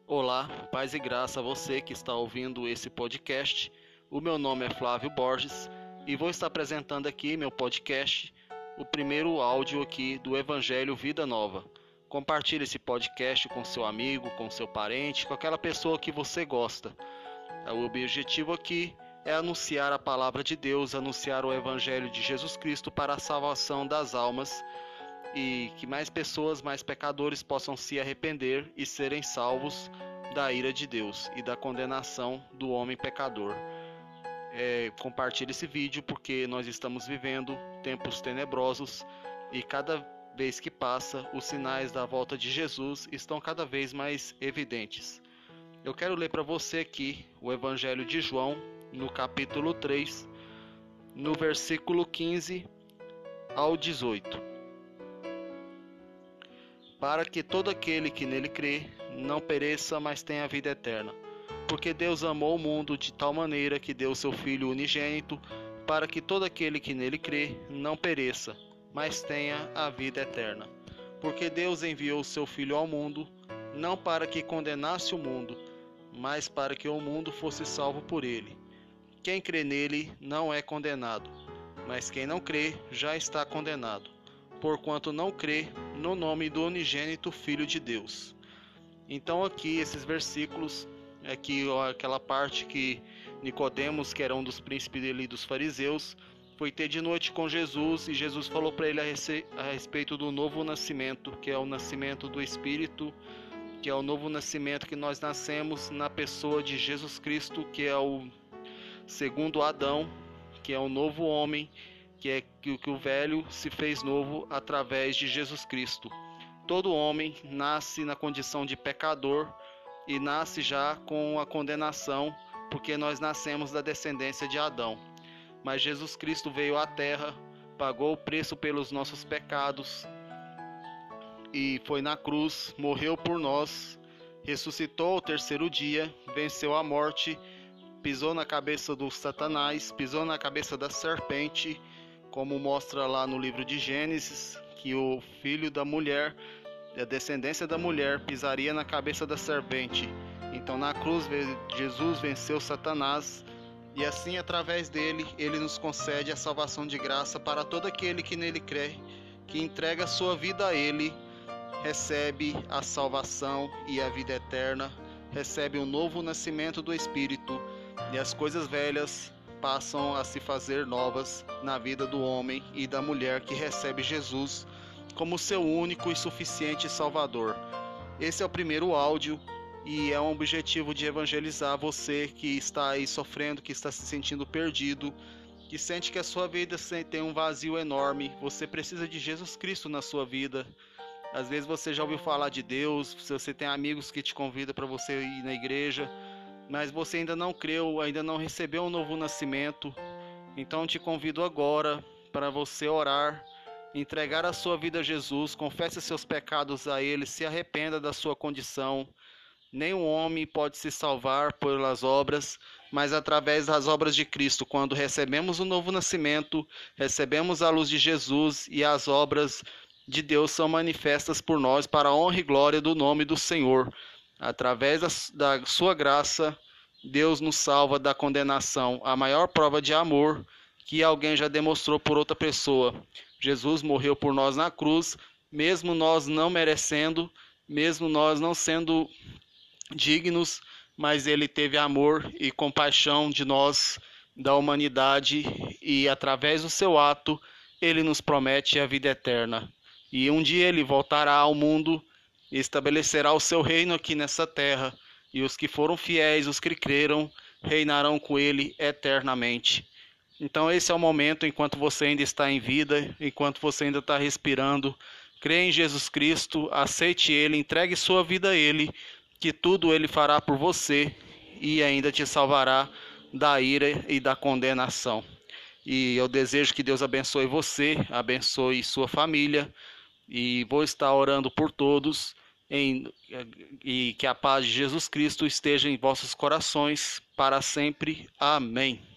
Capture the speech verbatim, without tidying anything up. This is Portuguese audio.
Olá, paz e graça a você que está ouvindo esse podcast. O meu nome é Flávio Borges e vou estar apresentando aqui meu podcast, o primeiro áudio aqui do Evangelho Vida Nova. Compartilhe esse podcast com seu amigo, com seu parente, com aquela pessoa que você gosta. O objetivo aqui é anunciar a palavra de Deus, anunciar o Evangelho de Jesus Cristo para a salvação das almas e que mais pessoas, mais pecadores possam se arrepender e serem salvos da ira de Deus e da condenação do homem pecador. É, compartilhe esse vídeo porque nós estamos vivendo tempos tenebrosos e cada vez que passa, os sinais da volta de Jesus estão cada vez mais evidentes. Eu quero ler para você aqui o Evangelho de João, no capítulo três, no versículo quinze ao dezoito. Para que todo aquele que nele crê não pereça, mas tenha a vida eterna. Porque Deus amou o mundo de tal maneira que deu seu Filho unigênito, para que todo aquele que nele crê não pereça, mas tenha a vida eterna. Porque Deus enviou o seu Filho ao mundo, não para que condenasse o mundo, mas para que o mundo fosse salvo por ele. Quem crê nele não é condenado, mas quem não crê já está condenado, porquanto não crê no nome do unigênito Filho de Deus. Então aqui esses versículos, aqui aquela parte que Nicodemos, que era um dos príncipes ali dos fariseus, foi ter de noite com Jesus e Jesus falou para ele a, rece- a respeito do novo nascimento, que é o nascimento do Espírito, que é o novo nascimento que nós nascemos na pessoa de Jesus Cristo, que é o segundo Adão, que é o novo homem, que é que, que o velho se fez novo através de Jesus Cristo. Todo homem nasce na condição de pecador e nasce já com a condenação, porque nós nascemos da descendência de Adão. Mas Jesus Cristo veio à terra, pagou o preço pelos nossos pecados e foi na cruz, morreu por nós, ressuscitou ao terceiro dia, venceu a morte, pisou na cabeça do Satanás, pisou na cabeça da serpente, como mostra lá no livro de Gênesis, que o filho da mulher, a descendência da mulher, pisaria na cabeça da serpente. Então na cruz Jesus venceu Satanás e assim através dele, ele nos concede a salvação de graça para todo aquele que nele crê, que entrega a sua vida a ele, recebe a salvação e a vida eterna, recebe um novo nascimento do Espírito e as coisas velhas passam a se fazer novas na vida do homem e da mulher que recebe Jesus como seu único e suficiente Salvador. Esse é o primeiro áudio e é um objetivo de evangelizar você que está aí sofrendo, que está se sentindo perdido, que sente que a sua vida tem um vazio enorme. Você precisa de Jesus Cristo na sua vida. Às vezes você já ouviu falar de Deus, você tem amigos que te convidam para você ir na igreja, mas você ainda não creu, ainda não recebeu um novo nascimento. Então te convido agora para você orar, entregar a sua vida a Jesus, confesse seus pecados a Ele, se arrependa da sua condição. Nenhum homem pode se salvar pelas obras, mas através das obras de Cristo. Quando recebemos o novo nascimento, recebemos a luz de Jesus e as obras de Deus são manifestas por nós para a honra e glória do nome do Senhor. Através da, da sua graça, Deus nos salva da condenação, a maior prova de amor que alguém já demonstrou por outra pessoa. Jesus morreu por nós na cruz, mesmo nós não merecendo, mesmo nós não sendo dignos, mas ele teve amor e compaixão de nós, da humanidade, e através do seu ato, ele nos promete a vida eterna. E um dia ele voltará ao mundo e estabelecerá o seu reino aqui nessa terra, e os que foram fiéis, os que creram, reinarão com ele eternamente. Então esse é o momento, enquanto você ainda está em vida, enquanto você ainda está respirando, crê em Jesus Cristo, aceite ele, entregue sua vida a ele, que tudo ele fará por você e ainda te salvará da ira e da condenação. E eu desejo que Deus abençoe você, abençoe sua família, e vou estar orando por todos, em, e que a paz de Jesus Cristo esteja em vossos corações para sempre. Amém.